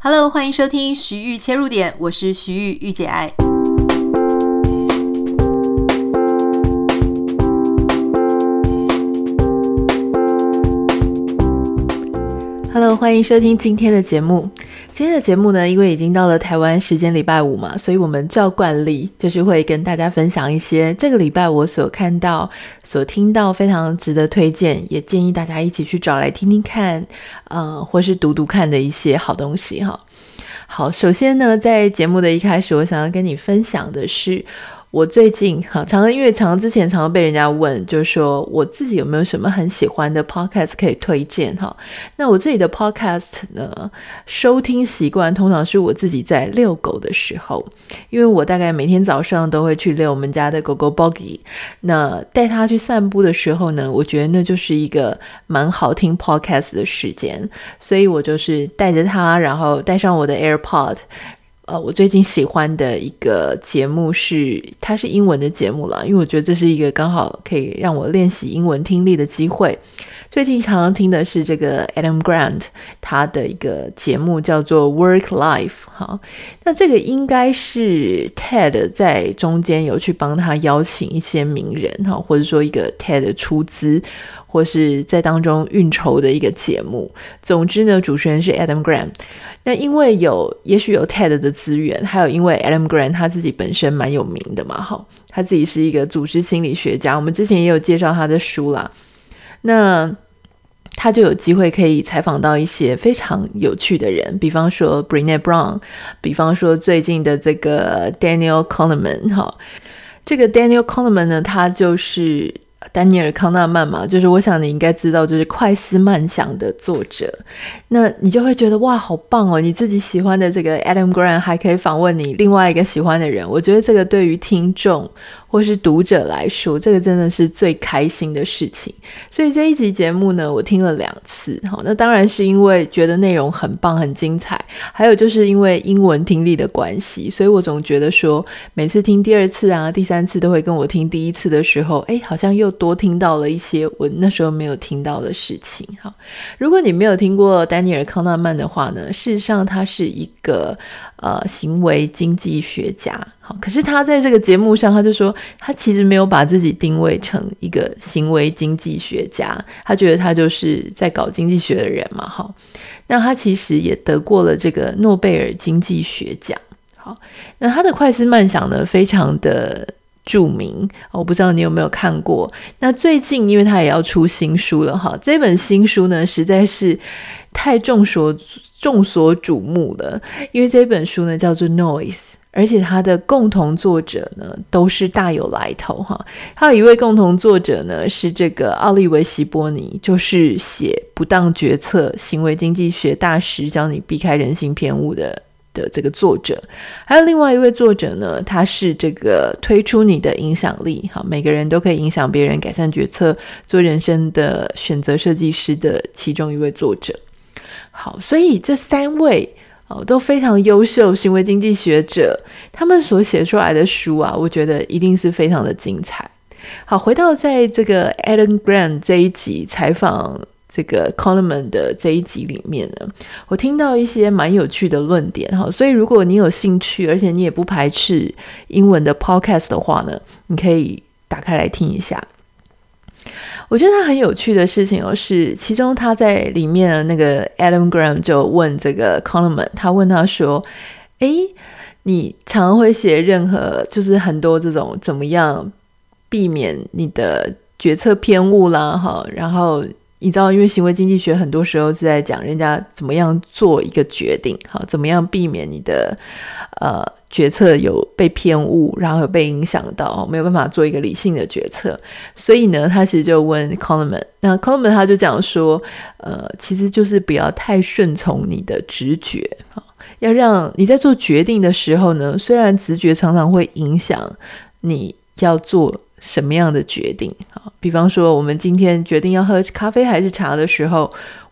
Hello， 欢迎收听徐玉切入点，我是徐玉玉姐爱。Hello， 欢迎收听今天的节目。今天的节目呢，因为已经到了台湾时间礼拜五嘛，所以我们照惯例就是会跟大家分享一些这个礼拜我所看到、所听到非常值得推荐，也建议大家一起去找来听听看，或是读读看的一些好东西哈。好，首先呢，在节目的一开始，我想要跟你分享的是，我最近因为之前常常被人家问，就是说我自己有没有什么很喜欢的 podcast 可以推荐哈。那我自己的 podcast 呢，收听习惯通常是我自己在遛狗的时候，因为我大概每天早上都会去遛我们家的狗狗 Boggy， 那带它去散步的时候呢，我觉得那就是一个蛮好听 podcast 的时间，所以我就是带着它，然后带上我的 AirPod。我最近喜欢的一个节目它是英文的节目啦，因为我觉得这是一个刚好可以让我练习英文听力的机会。最近常常听的是这个 Adam Grant 他的一个节目叫做 Work Life 哈，那这个应该是 TED 在中间有去帮他邀请一些名人哈，或者说一个 TED 出资或是在当中运筹的一个节目。总之呢，主持人是 Adam Grant。那因为也许有 TED 的资源，还有因为 Adam Grant 他自己本身蛮有名的嘛，他自己是一个组织心理学家，我们之前也有介绍他的书啦。那他就有机会可以采访到一些非常有趣的人，比方说 Brené Brown， 比方说最近的这个 Daniel Kahneman。 这个 Daniel Kahneman 呢，他就是丹尼尔·康纳曼嘛，就是我想你应该知道，就是快思慢想的作者。那你就会觉得哇，好棒哦，你自己喜欢的这个 Adam Grant 还可以访问你另外一个喜欢的人。我觉得这个对于听众或是读者来说，这个真的是最开心的事情。所以这一集节目呢，我听了2次。那当然是因为觉得内容很棒很精彩，还有就是因为英文听力的关系，所以我总觉得说每次听第2次啊第3次都会跟我听第1次的时候，好像又多听到了一些我那时候没有听到的事情。如果你没有听过丹尼尔·康纳曼的话呢，事实上他是一个行为经济学家。可是他在这个节目上他就说，他其实没有把自己定位成一个行为经济学家，他觉得他就是在搞经济学的人嘛。那他其实也得过了这个诺贝尔经济学奖。那他的快思慢想呢，非常的著名，我不知道你有没有看过。那最近因为他也要出新书了这本新书呢实在是太众所瞩目了，因为这本书呢叫做 Noise， 而且他的共同作者呢都是大有来头还有一位共同作者呢是这个奥利维希波尼，就是写不当决策行为经济学大师，教你避开人性偏误的这个作者。还有另外一位作者呢，他是这个推出你的影响力，每个人都可以影响别人改善决策做人生的选择设计师的其中一位作者。好，所以这3位都非常优秀行为经济学者，他们所写出来的书啊，我觉得一定是非常的精彩。好，回到在这个 Adam Grant 这一集采访这个 Kahneman 的这一集里面呢，我听到一些蛮有趣的论点所以如果你有兴趣，而且你也不排斥英文的 podcast 的话呢，你可以打开来听一下。我觉得他很有趣的事情是其中他在里面那个 Adam Grant 就问这个 Kahneman， 他问他说你常常会写任何就是很多这种怎么样避免你的决策偏误啦然后你知道因为行为经济学很多时候是在讲人家怎么样做一个决定怎么样避免你的决策有被偏误，然后有被影响到没有办法做一个理性的决策。所以呢他其实就问 Kahneman， 那 Kahneman 他就讲说其实就是不要太顺从你的直觉，要让你在做决定的时候呢，虽然直觉常常会影响你要做什么样的决定比方说我们今天决定要喝咖啡还是茶的时候，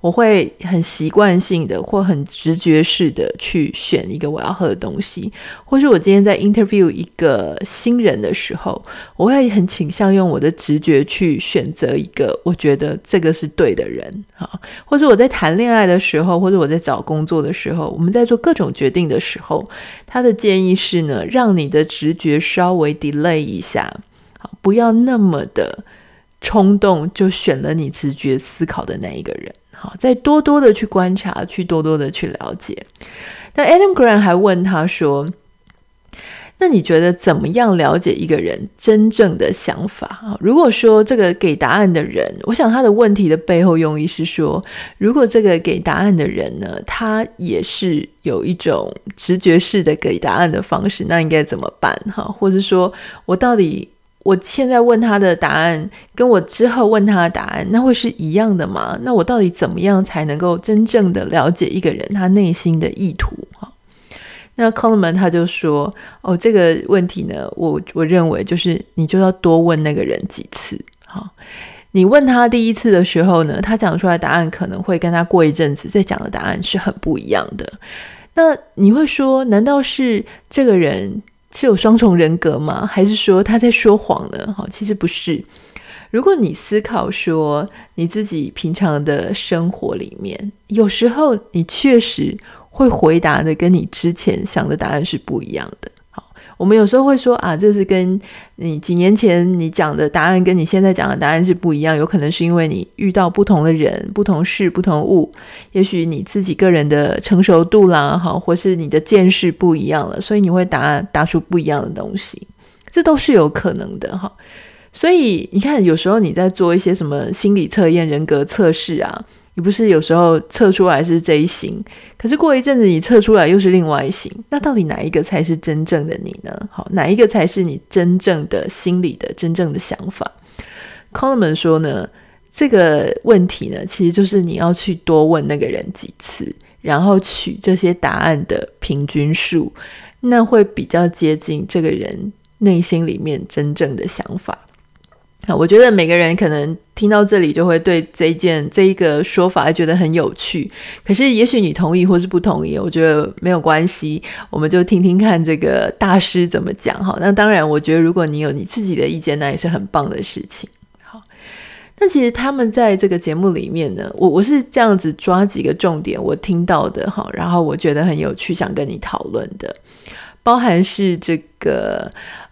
我会很习惯性的或很直觉式的去选一个我要喝的东西，或是我今天在 interview 一个新人的时候，我会很倾向用我的直觉去选择一个我觉得这个是对的人，或者我在谈恋爱的时候，或者我在找工作的时候，我们在做各种决定的时候，他的建议是呢，让你的直觉稍微 delay 一下，不要那么的冲动就选了你直觉思考的那一个人，再多多的去观察，去多多的去了解。那 Adam Grant 还问他说，那你觉得怎么样了解一个人真正的想法？如果说这个给答案的人，我想他的问题的背后用意是说，如果这个给答案的人呢，他也是有一种直觉式的给答案的方式，那应该怎么办？或者说我现在问他的答案跟我之后问他的答案那会是一样的吗？那我到底怎么样才能够真正的了解一个人他内心的意图？那 Kahneman 他就说，这个问题呢，我认为就是你就要多问那个人几次。你问他第一次的时候呢，他讲出来的答案可能会跟他过一阵子再讲的答案是很不一样的。那你会说，难道是这个人是有双重人格吗？还是说他在说谎呢？其实不是。如果你思考说你自己平常的生活里面，有时候你确实会回答的跟你之前想的答案是不一样的。我们有时候会说这是跟你几年前你讲的答案跟你现在讲的答案是不一样，有可能是因为你遇到不同的人、不同事、不同物，也许你自己个人的成熟度啦，或是你的见识不一样了，所以你会答出不一样的东西，这都是有可能的。所以你看，有时候你在做一些什么心理测验、人格测试啊，你不是有时候测出来是这一型，可是过一阵子你测出来又是另外一型，那到底哪一个才是真正的你呢？哪一个才是你真正的心理的真正的想法？ Kahneman 说呢，这个问题呢，其实就是你要去多问那个人几次，然后取这些答案的平均数，那会比较接近这个人内心里面真正的想法。我觉得每个人可能听到这里就会对这一个说法觉得很有趣，可是也许你同意或是不同意，我觉得没有关系，我们就听听看这个大师怎么讲。那当然我觉得如果你有你自己的意见，那也是很棒的事情。那其实他们在这个节目里面呢，我是这样子抓几个重点我听到的，然后我觉得很有趣想跟你讨论的，包含是这个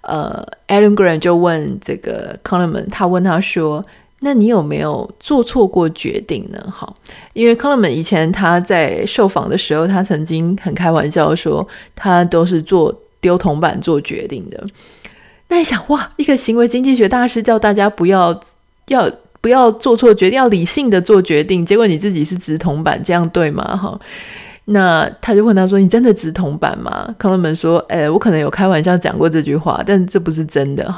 Adam Grant 就问这个 Kahneman， 他问他说，那你有没有做错过决定呢？因为 Kahneman 以前他在受访的时候，他曾经很开玩笑说他都是做丢铜板做决定的。那你想，哇，一个行为经济学大师叫大家不要做错决定，要理性的做决定，结果你自己是直铜板，这样对吗？那他就问他说，你真的直铜板吗？康乐门说，我可能有开玩笑讲过这句话，但这不是真的。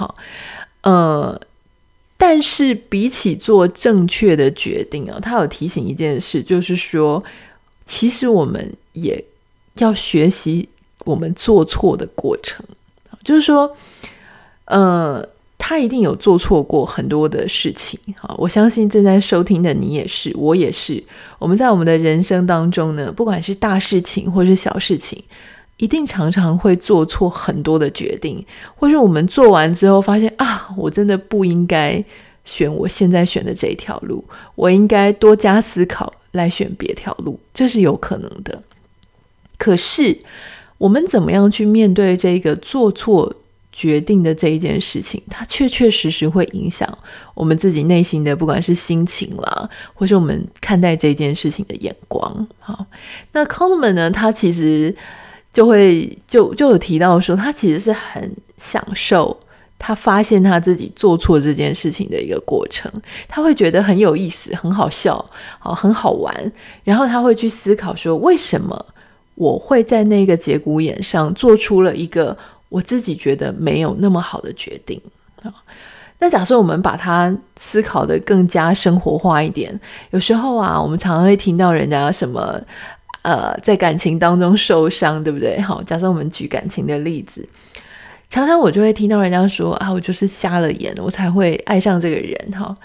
但是比起做正确的决定他有提醒一件事，就是说其实我们也要学习我们做错的过程，就是说他一定有做错过很多的事情。我相信正在收听的你也是，我也是，我们在我们的人生当中呢，不管是大事情或是小事情，一定常常会做错很多的决定，或是我们做完之后发现我真的不应该选我现在选的这一条路，我应该多加思考来选别条路，这是有可能的。可是我们怎么样去面对这个做错决定的这一件事情，它确确实实会影响我们自己内心的不管是心情啦，或是我们看待这件事情的眼光。那 Kahneman 呢，他其实就有提到说，他其实是很享受他发现他自己做错这件事情的一个过程，他会觉得很有意思，很好笑，很好玩，然后他会去思考说，为什么我会在那个节骨眼上做出了一个我自己觉得没有那么好的决定。那假设我们把它思考的更加生活化一点，有时候我们常常会听到人家什么在感情当中受伤，对不对？假设我们举感情的例子，常常我就会听到人家说我就是瞎了眼我才会爱上这个人，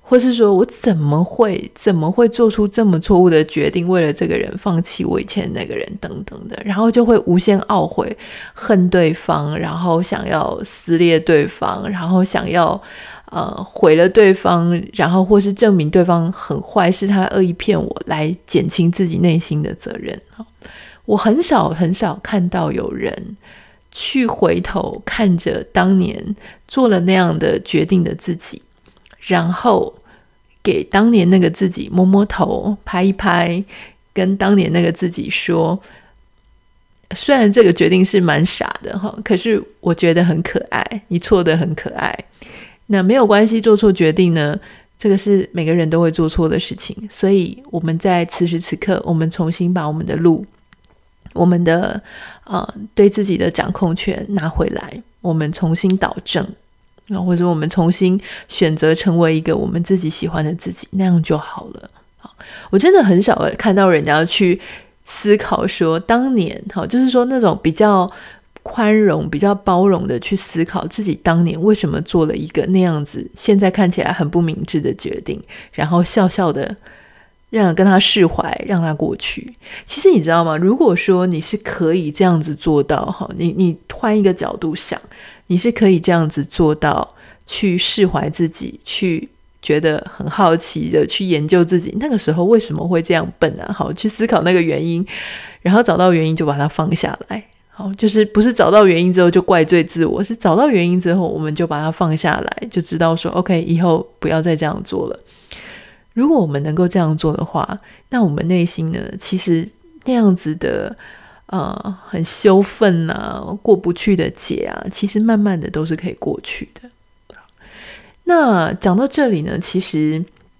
或是说我怎么会做出这么错误的决定，为了这个人放弃我以前那个人等等的，然后就会无限懊悔，恨对方，然后想要撕裂对方，然后想要毁了对方，然后或是证明对方很坏，是他恶意骗我，来减轻自己内心的责任。我很少看到有人去回头看着当年做了那样的决定的自己，然后给当年那个自己摸摸头，拍一拍，跟当年那个自己说，虽然这个决定是蛮傻的，可是我觉得很可爱，你错得很可爱。那没有关系，做错决定呢，这个是每个人都会做错的事情，所以我们在此时此刻，我们重新把我们的路，我们的对自己的掌控权拿回来，我们重新导正，或者我们重新选择成为一个我们自己喜欢的自己，那样就好了。我真的很少看到人家去思考说当年，就是说那种比较宽容比较包容的去思考自己当年为什么做了一个那样子现在看起来很不明智的决定，然后笑笑的跟他释怀，让他过去。其实你知道吗，如果说你是可以这样子做到，你换一个角度想，你是可以这样子做到去释怀自己，去觉得很好奇的去研究自己那个时候为什么会这样笨啊，好，去思考那个原因，然后找到原因就把它放下来。好，就是不是找到原因之后就怪罪自我，是找到原因之后我们就把它放下来，就知道说 OK 以后不要再这样做了。如果我们能够这样做的话，那我们内心呢，其实那样子的很羞愤啊，过不去的结啊，其实慢慢的都是可以过去的。那讲到这里呢，其实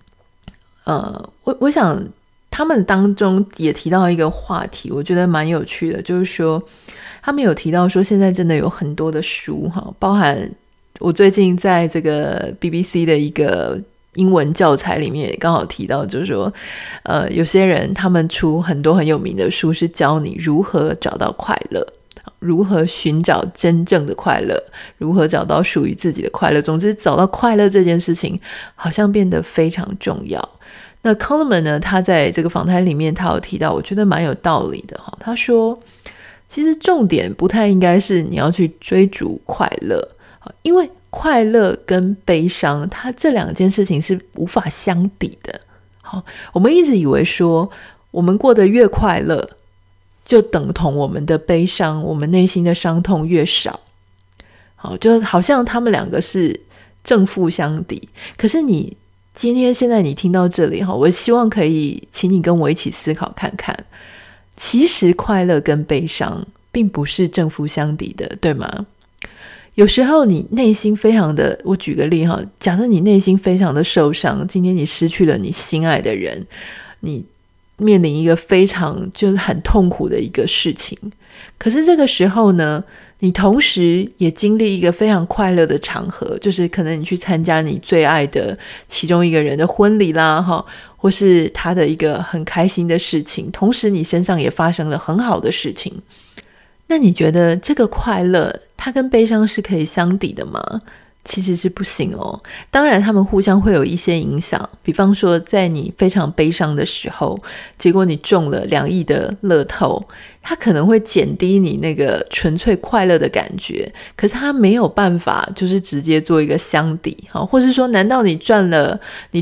我想他们当中也提到一个话题，我觉得蛮有趣的，就是说他们有提到说现在真的有很多的书，包含我最近在这个 BBC 的一个英文教材里面也刚好提到，就是说有些人他们出很多很有名的书，是教你如何找到快乐，如何寻找真正的快乐，如何找到属于自己的快乐。总之找到快乐这件事情好像变得非常重要。那 Kahneman 呢，他在这个访谈里面他有提到，我觉得蛮有道理的。他说其实重点不太应该是你要去追逐快乐，因为快乐跟悲伤它这两件事情是无法相抵的。好，我们一直以为说我们过得越快乐就等同我们的悲伤，我们内心的伤痛越少。好，就好像他们两个是正负相抵。可是你现在你听到这里，我希望可以请你跟我一起思考看看，其实快乐跟悲伤并不是正负相抵的，对吗？有时候你内心非常的，我举个例，假设你内心非常的受伤，今天你失去了你心爱的人，你面临一个非常就是很痛苦的一个事情，可是这个时候呢，你同时也经历一个非常快乐的场合，就是可能你去参加你最爱的其中一个人的婚礼啦，或是他的一个很开心的事情，同时你身上也发生了很好的事情。那你觉得这个快乐它跟悲伤是可以相抵的吗？其实是不行哦。当然他们互相会有一些影响，比方说在你非常悲伤的时候，结果你中了2亿的乐透，它可能会减低你那个纯粹快乐的感觉，可是它没有办法就是直接做一个相抵。或是说难道你中了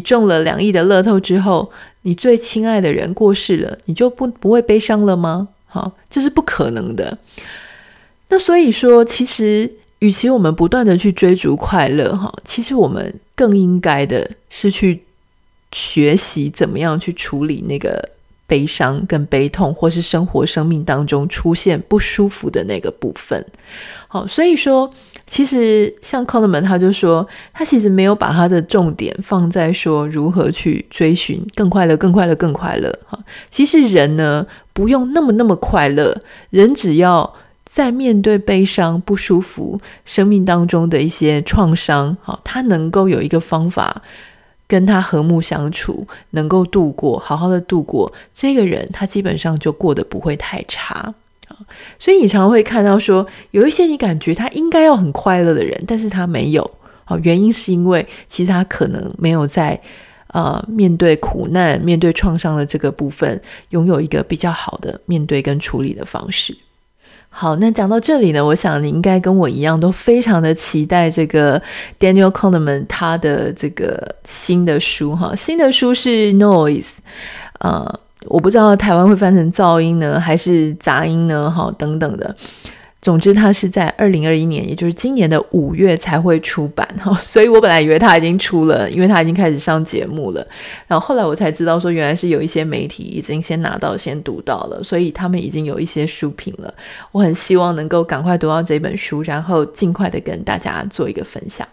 2亿的乐透之后，你最亲爱的人过世了，你就不会悲伤了吗？这是不可能的。那所以说其实与其我们不断的去追逐快乐，其实我们更应该的是去学习怎么样去处理那个悲伤跟悲痛，或是生命当中出现不舒服的那个部分。好，所以说其实像 Kahneman 他就说，他其实没有把他的重点放在说如何去追寻更快乐更快乐更快乐。其实人呢不用那么快乐，人只要在面对悲伤不舒服生命当中的一些创伤，他能够有一个方法跟他和睦相处，能够度过，好好的度过，这个人他基本上就过得不会太差。所以你常会看到说有一些你感觉他应该要很快乐的人，但是他没有， 原因是因为其实他可能没有在面对苦难、面对创伤的这个部分拥有一个比较好的面对跟处理的方式。好，那讲到这里呢，我想你应该跟我一样都非常的期待这个 Daniel Kahneman 他的这个新的书新的书是 Noise， 我不知道台湾会翻成噪音呢还是杂音呢等等的，总之它是在2021年，也就是今年的5月才会出版所以我本来以为它已经出了，因为它已经开始上节目了，然后后来我才知道说原来是有一些媒体已经先拿到先读到了，所以他们已经有一些书评了。我很希望能够赶快读到这本书，然后尽快的跟大家做一个分享。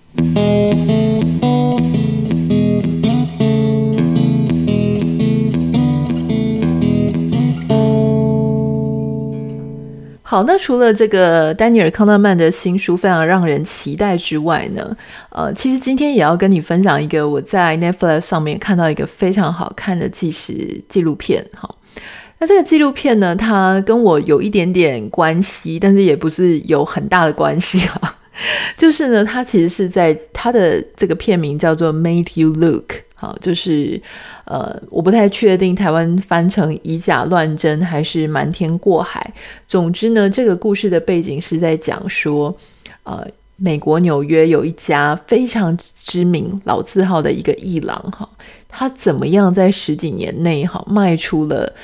好，那除了这个丹尼尔·康纳曼的新书非常让人期待之外呢，其实今天也要跟你分享一个我在 Netflix 上面看到一个非常好看的纪录片。那这个纪录片呢，它跟我有一点点关系，但是也不是有很大的关系就是呢，它其实是在它的这个片名叫做 Made You Look， 就是我不太确定台湾翻成以假乱真还是瞒天过海。总之呢，这个故事的背景是在讲说美国纽约有一家非常知名老字号的一个艺廊他怎么样在10几年内卖出了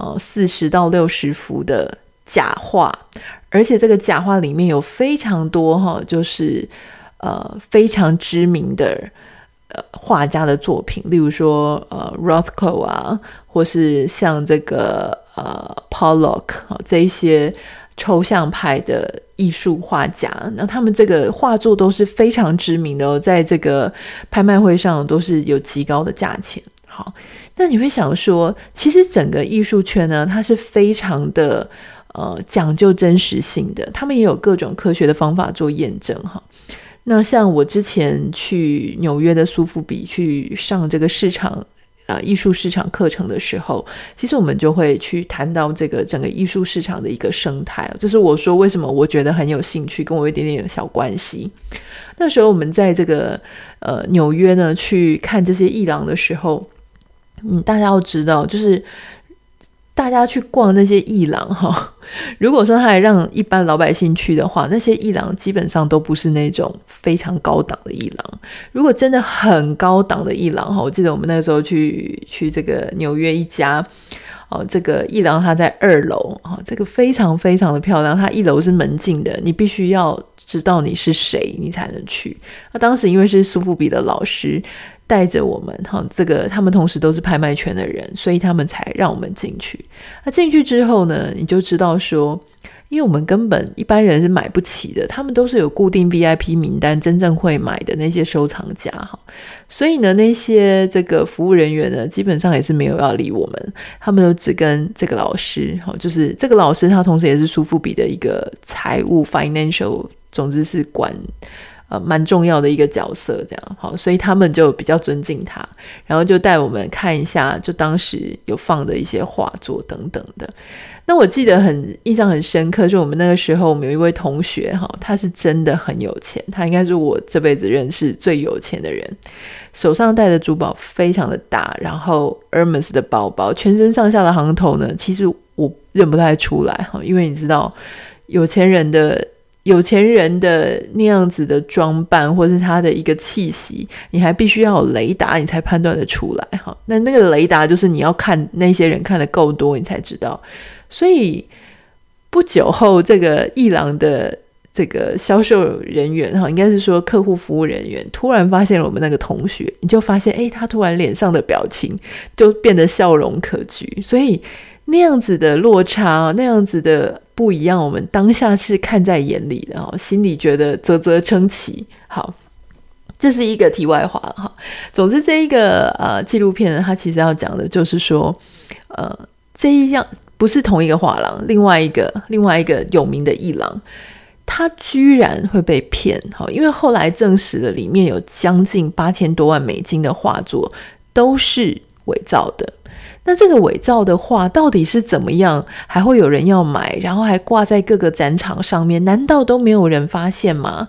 40到60幅的假画，而且这个假画里面有非常多就是非常知名的画家的作品，例如说Rothko 或是像这个Pollock 这一些抽象派的艺术画家，那他们这个画作都是非常知名的在这个拍卖会上都是有极高的价钱。好，那你会想说，其实整个艺术圈呢，它是非常的讲究真实性的，他们也有各种科学的方法做验证那像我之前去纽约的苏富比去上这个艺术市场课程的时候，其实我们就会去谈到这个整个艺术市场的一个生态，这是我说为什么我觉得很有兴趣，跟我有一点点小关系。那时候我们在这个纽约呢去看这些艺廊的时候，大家要知道，就是大家去逛那些艺廊如果说他还让一般老百姓去的话，那些艺廊基本上都不是那种非常高档的艺廊。如果真的很高档的艺廊我记得我们那个时候去这个纽约一家这个艺廊，它在2楼这个非常非常的漂亮，它1楼是门禁的，你必须要知道你是谁你才能去。那当时因为是苏富比的老师带着我们这个他们同时都是拍卖圈的人，所以他们才让我们进去。那进去之后呢，你就知道说，因为我们根本一般人是买不起的，他们都是有固定 VIP 名单，真正会买的那些收藏家所以呢，那些这个服务人员呢，基本上也是没有要理我们，他们都只跟这个老师就是这个老师他同时也是苏富比的一个财务 financial， 总之是管蛮重要的一个角色这样好，所以他们就比较尊敬他，然后就带我们看一下就当时有放的一些画作等等的。那我记得印象很深刻，就我们那个时候我们有一位同学他是真的很有钱，他应该是我这辈子认识最有钱的人，手上戴的珠宝非常的大，然后 Hermes 的包包，全身上下的行头呢，其实我认不太出来因为你知道有钱人的那样子的装扮或是他的一个气息，你还必须要有雷达你才判断得出来那个雷达就是你要看那些人看得够多你才知道。所以不久后，这个艺廊的这个销售人员应该是说客户服务人员突然发现了我们那个同学，你就发现他突然脸上的表情就变得笑容可掬。所以那样子的落差，那样子的不一样，我们当下是看在眼里的心里觉得啧啧称奇。好，这是一个题外话了总之这一个纪录片呢，它其实要讲的就是说这一样不是同一个画廊，另外一个有名的艺廊，他居然会被骗因为后来证实了里面有将近8000多万美金的画作都是伪造的。那这个伪造的画到底是怎么样还会有人要买，然后还挂在各个展场上面，难道都没有人发现吗？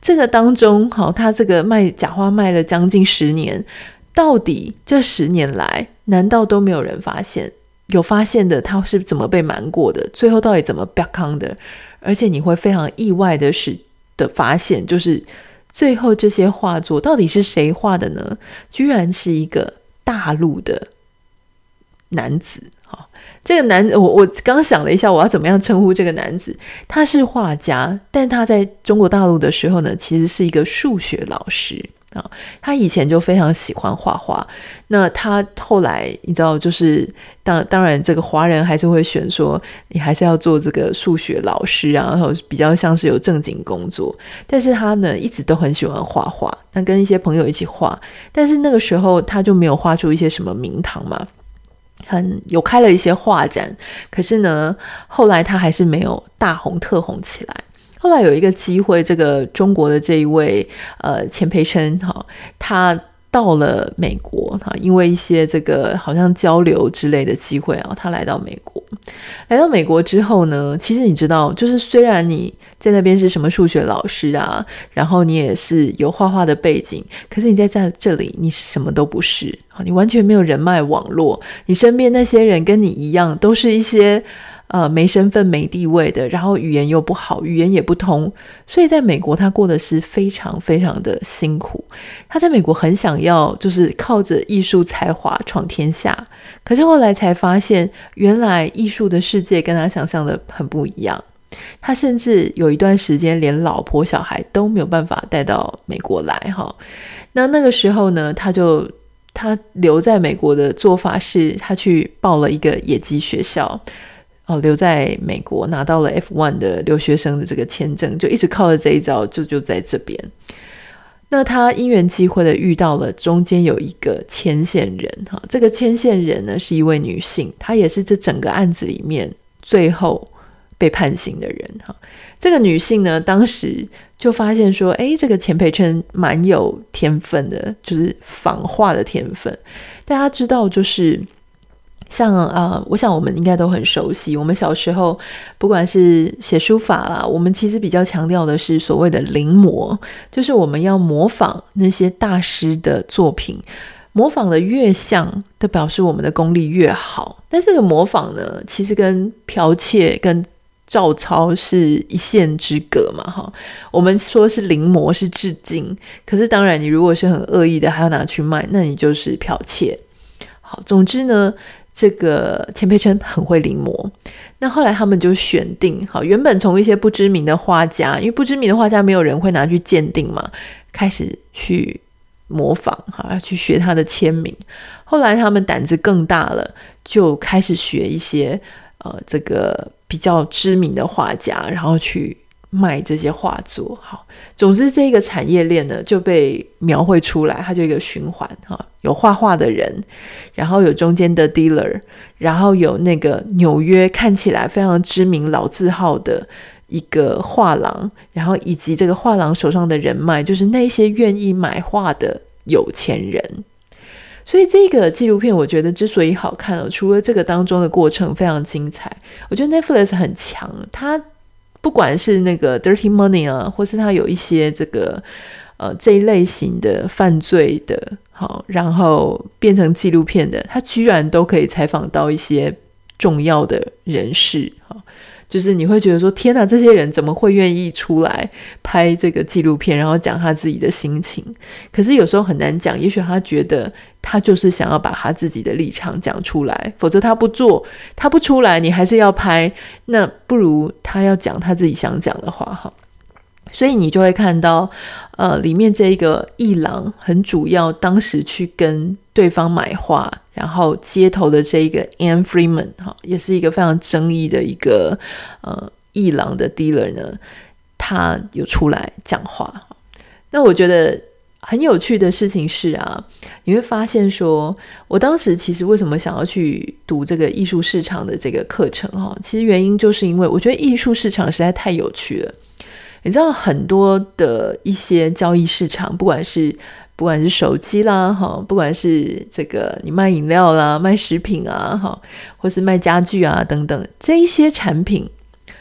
这个当中他这个卖假花卖了将近10年，到底这10年来难道都没有人发现？有发现的他是怎么被瞒过的，最后到底怎么曝光的？而且你会非常意外的发现，就是最后这些画作到底是谁画的呢？居然是一个大陆的男子。这个男我刚想了一下我要怎么样称呼这个男子，他是画家，但他在中国大陆的时候呢，其实是一个数学老师他以前就非常喜欢画画。那他后来你知道，就是当然这个华人还是会选说你还是要做这个数学老师啊，然后比较像是有正经工作。但是他呢一直都很喜欢画画，那跟一些朋友一起画，但是那个时候他就没有画出一些什么名堂嘛，有开了一些画展，可是呢后来他还是没有大红特红起来。后来有一个机会，这个中国的这一位钱培琛他到了美国因为一些这个好像交流之类的机会他来到美国。来到美国之后呢，其实你知道，就是虽然你在那边是什么数学老师啊，然后你也是有画画的背景，可是你在这里你什么都不是，你完全没有人脉网络，你身边那些人跟你一样都是一些没身份没地位的，然后语言又不好，语言也不通，所以在美国他过的是非常非常的辛苦。他在美国很想要就是靠着艺术才华闯天下，可是后来才发现原来艺术的世界跟他想象的很不一样。他甚至有一段时间连老婆小孩都没有办法带到美国来那个时候呢，他留在美国的做法是他去报了一个野鸡学校留在美国拿到了 F1 的留学生的这个签证，就一直靠着这一招就在这边。那他因缘际会的遇到了中间有一个牵线人这个牵线人呢是一位女性，她也是这整个案子里面最后被判刑的人这个女性呢当时就发现说这个钱培琛蛮有天分的，就是仿画的天分。大家知道就是像我想我们应该都很熟悉，我们小时候不管是写书法啦，我们其实比较强调的是所谓的临摹，就是我们要模仿那些大师的作品，模仿的越像都表示我们的功力越好。但这个模仿呢其实跟剽窃跟照抄是一线之隔嘛我们说是临摹是致敬，可是当然你如果是很恶意的还要拿去卖，那你就是剽窃。好，总之呢这个钱培琛很会临摹。那后来他们就选定原本从一些不知名的画家，因为不知名的画家没有人会拿去鉴定嘛，开始去模仿要去学他的签名。后来他们胆子更大了，就开始学一些这个比较知名的画家，然后去卖这些画作。好，总之这个产业链呢就被描绘出来，它就一个循环有画画的人，然后有中间的 dealer， 然后有那个纽约看起来非常知名老字号的一个画廊，然后以及这个画廊手上的人脉，就是那些愿意买画的有钱人。所以这个纪录片我觉得之所以好看除了这个当中的过程非常精彩，我觉得 Netflix 很强，它不管是那个 Dirty Money 或是它有一些这个这一类型的犯罪的然后变成纪录片的，它居然都可以采访到一些重要的人士就是你会觉得说天哪，这些人怎么会愿意出来拍这个纪录片，然后讲他自己的心情。可是有时候很难讲，也许他觉得他就是想要把他自己的立场讲出来，否则他不做，他不出来你还是要拍，那不如他要讲他自己想讲的话所以你就会看到里面这一个艺廊很主要当时去跟对方买画，然后街头的这一个 Anne Freeman 也是一个非常争议的一个艺廊的 dealer 呢，他有出来讲话。那我觉得很有趣的事情是你会发现说我当时其实为什么想要去读这个艺术市场的这个课程其实原因就是因为我觉得艺术市场实在太有趣了。你知道很多的一些交易市场，不管是手机啦不管是这个你卖饮料啦卖食品或是卖家具等等，这一些产品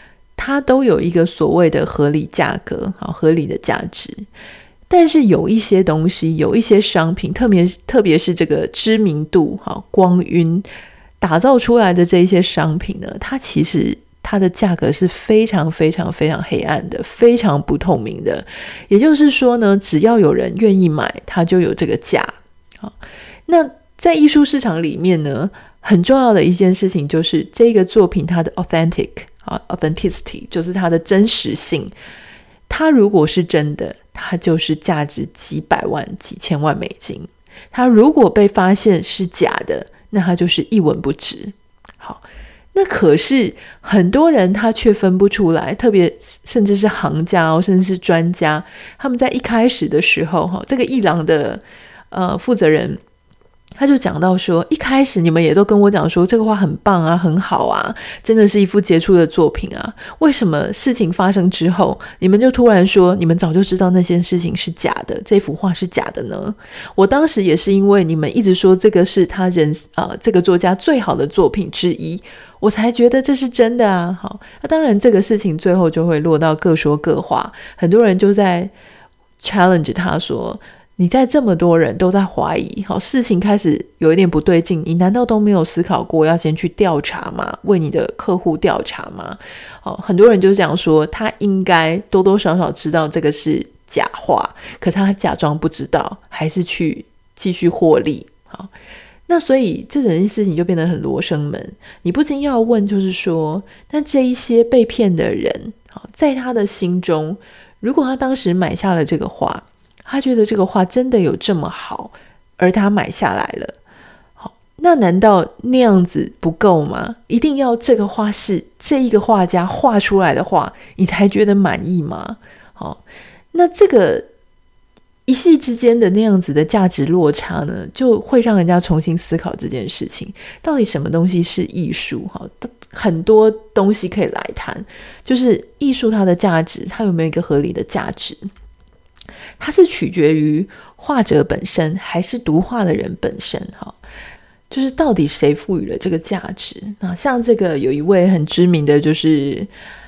它都有一个所谓的合理价格，合理的价值。但是有一些东西，有一些商品，特别是这个知名度、光晕打造出来的这一些商品呢，它其实它的价格是非常非常非常黑暗的，非常不透明的。也就是说呢，只要有人愿意买，它就有这个价。那在艺术市场里面呢，很重要的一件事情就是这个作品它的 authenticity， 就是它的真实性。它如果是真的，它就是价值几百万几千万美金。它如果被发现是假的，那它就是一文不值。好，那可是很多人他却分不出来，特别甚至是行家甚至是专家，他们在一开始的时候这个艺廊的负责人他就讲到说，一开始你们也都跟我讲说这个画很棒啊，很好啊，真的是一幅杰出的作品啊，为什么事情发生之后你们就突然说你们早就知道那件事情是假的，这幅画是假的呢？我当时也是因为你们一直说这个是他这个作家最好的作品之一，我才觉得这是真的啊。好，那当然这个事情最后就会落到各说各话，很多人就在 challenge 他说，你在这么多人都在怀疑，事情开始有一点不对劲，你难道都没有思考过要先去调查吗？为你的客户调查吗？很多人就讲说他应该多多少少知道这个是假话，可是他假装不知道，还是去继续获利。好，那所以这整件事情就变得很罗生门。你不禁要问，就是说，那这一些被骗的人在他的心中，如果他当时买下了这个画，他觉得这个画真的有这么好，而他买下来了，好，那难道那样子不够吗？一定要这个画是这一个画家画出来的画，你才觉得满意吗？好，那这个一夕之间的那样子的价值落差呢，就会让人家重新思考这件事情，到底什么东西是艺术？很多东西可以来谈，就是艺术它的价值，它有没有一个合理的价值？它是取决于画者本身还是读画的人本身，就是到底谁赋予了这个价值。那像这个有一位很知名的就是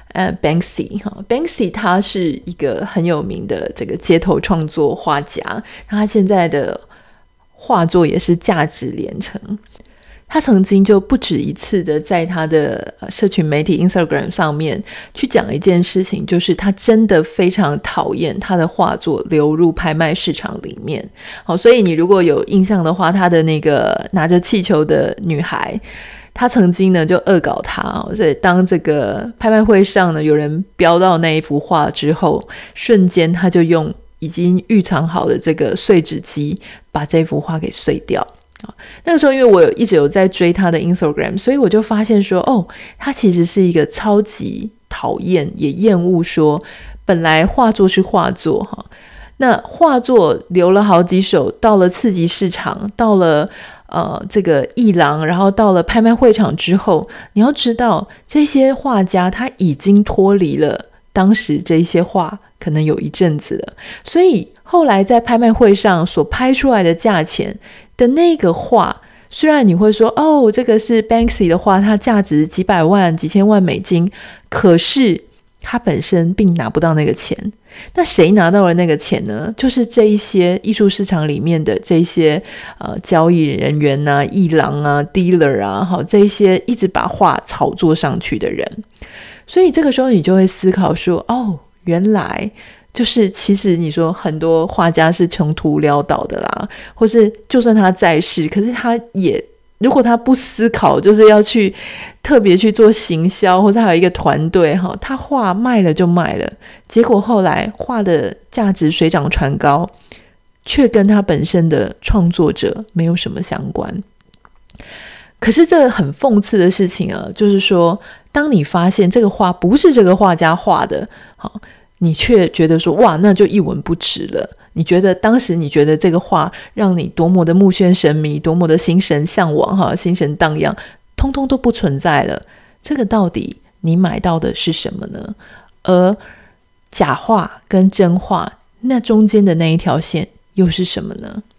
Banksy 他是一个很有名的这个街头创作画家，他现在的画作也是价值连城。他曾经就不止一次的在他的社群媒体 Instagram 上面去讲一件事情，就是他真的非常讨厌他的画作流入拍卖市场里面。好，所以你如果有印象的话，他的那个拿着气球的女孩，他曾经呢就恶搞他，在当这个拍卖会上呢有人标到那一幅画之后，瞬间他就用已经预藏好的这个碎纸机把这幅画给碎掉。那个时候因为我一直有在追他的 Instagram， 所以我就发现说他其实是一个超级讨厌也厌恶说本来画作是画作那画作留了好几手，到了次级市场，到了这个艺廊，然后到了拍卖会场之后，你要知道这些画家他已经脱离了当时这些画可能有一阵子了，所以后来在拍卖会上所拍出来的价钱的那个画，虽然你会说这个是 Banksy 的画，它价值几百万几千万美金，可是它本身并拿不到那个钱。那谁拿到了那个钱呢？就是这一些艺术市场里面的这些交易人员啊、艺廊啊、dealer 啊，这一些一直把画炒作上去的人。所以这个时候你就会思考说原来就是其实你说很多画家是穷途潦倒的啦，或是就算他在世，可是他也如果他不思考就是要去特别去做行销，或者他有一个团队他画卖了就卖了，结果后来画的价值水涨船高，却跟他本身的创作者没有什么相关。可是这很讽刺的事情就是说当你发现这个画不是这个画家画的你却觉得说哇那就一文不值了，当时你觉得这个画让你多么的目眩神迷，多么的心神向往心神荡漾，通通都不存在了。这个到底你买到的是什么呢？而假画跟真画那中间的那一条线又是什么呢？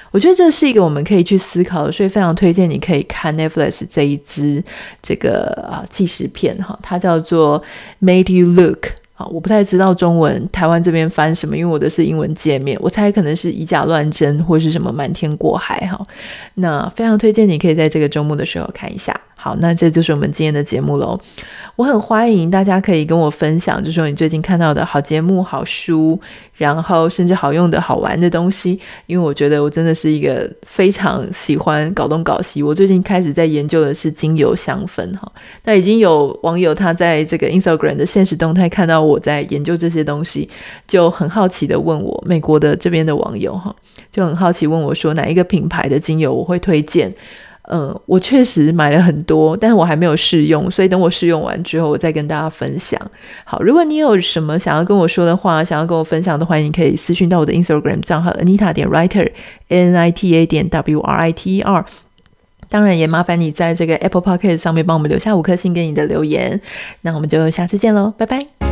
我觉得这是一个我们可以去思考的，所以非常推荐你可以看 Netflix 这一支这个纪实片它叫做 Made You Look。我不太知道中文台湾这边翻什么，因为我的是英文界面，我猜可能是以假乱真或是什么瞒天过海那非常推荐你可以在这个周末的时候看一下。好，那这就是我们今天的节目咯。我很欢迎大家可以跟我分享，就是说你最近看到的好节目、好书，然后甚至好用的好玩的东西，因为我觉得我真的是一个非常喜欢搞东搞西。我最近开始在研究的是精油香氛那已经有网友他在这个 Instagram 的限时动态看到我在研究这些东西，就很好奇的问我，美国的这边的网友就很好奇问我说哪一个品牌的精油我会推荐。我确实买了很多，但是我还没有试用，所以等我试用完之后我再跟大家分享。好，如果你有什么想要跟我说的话，想要跟我分享的话，你可以私讯到我的 Instagram 账号 Anita.Writer ANITA.WRITER。 当然也麻烦你在这个 Apple Podcast 上面帮我们留下5颗星给你的留言。那我们就下次见咯，拜拜。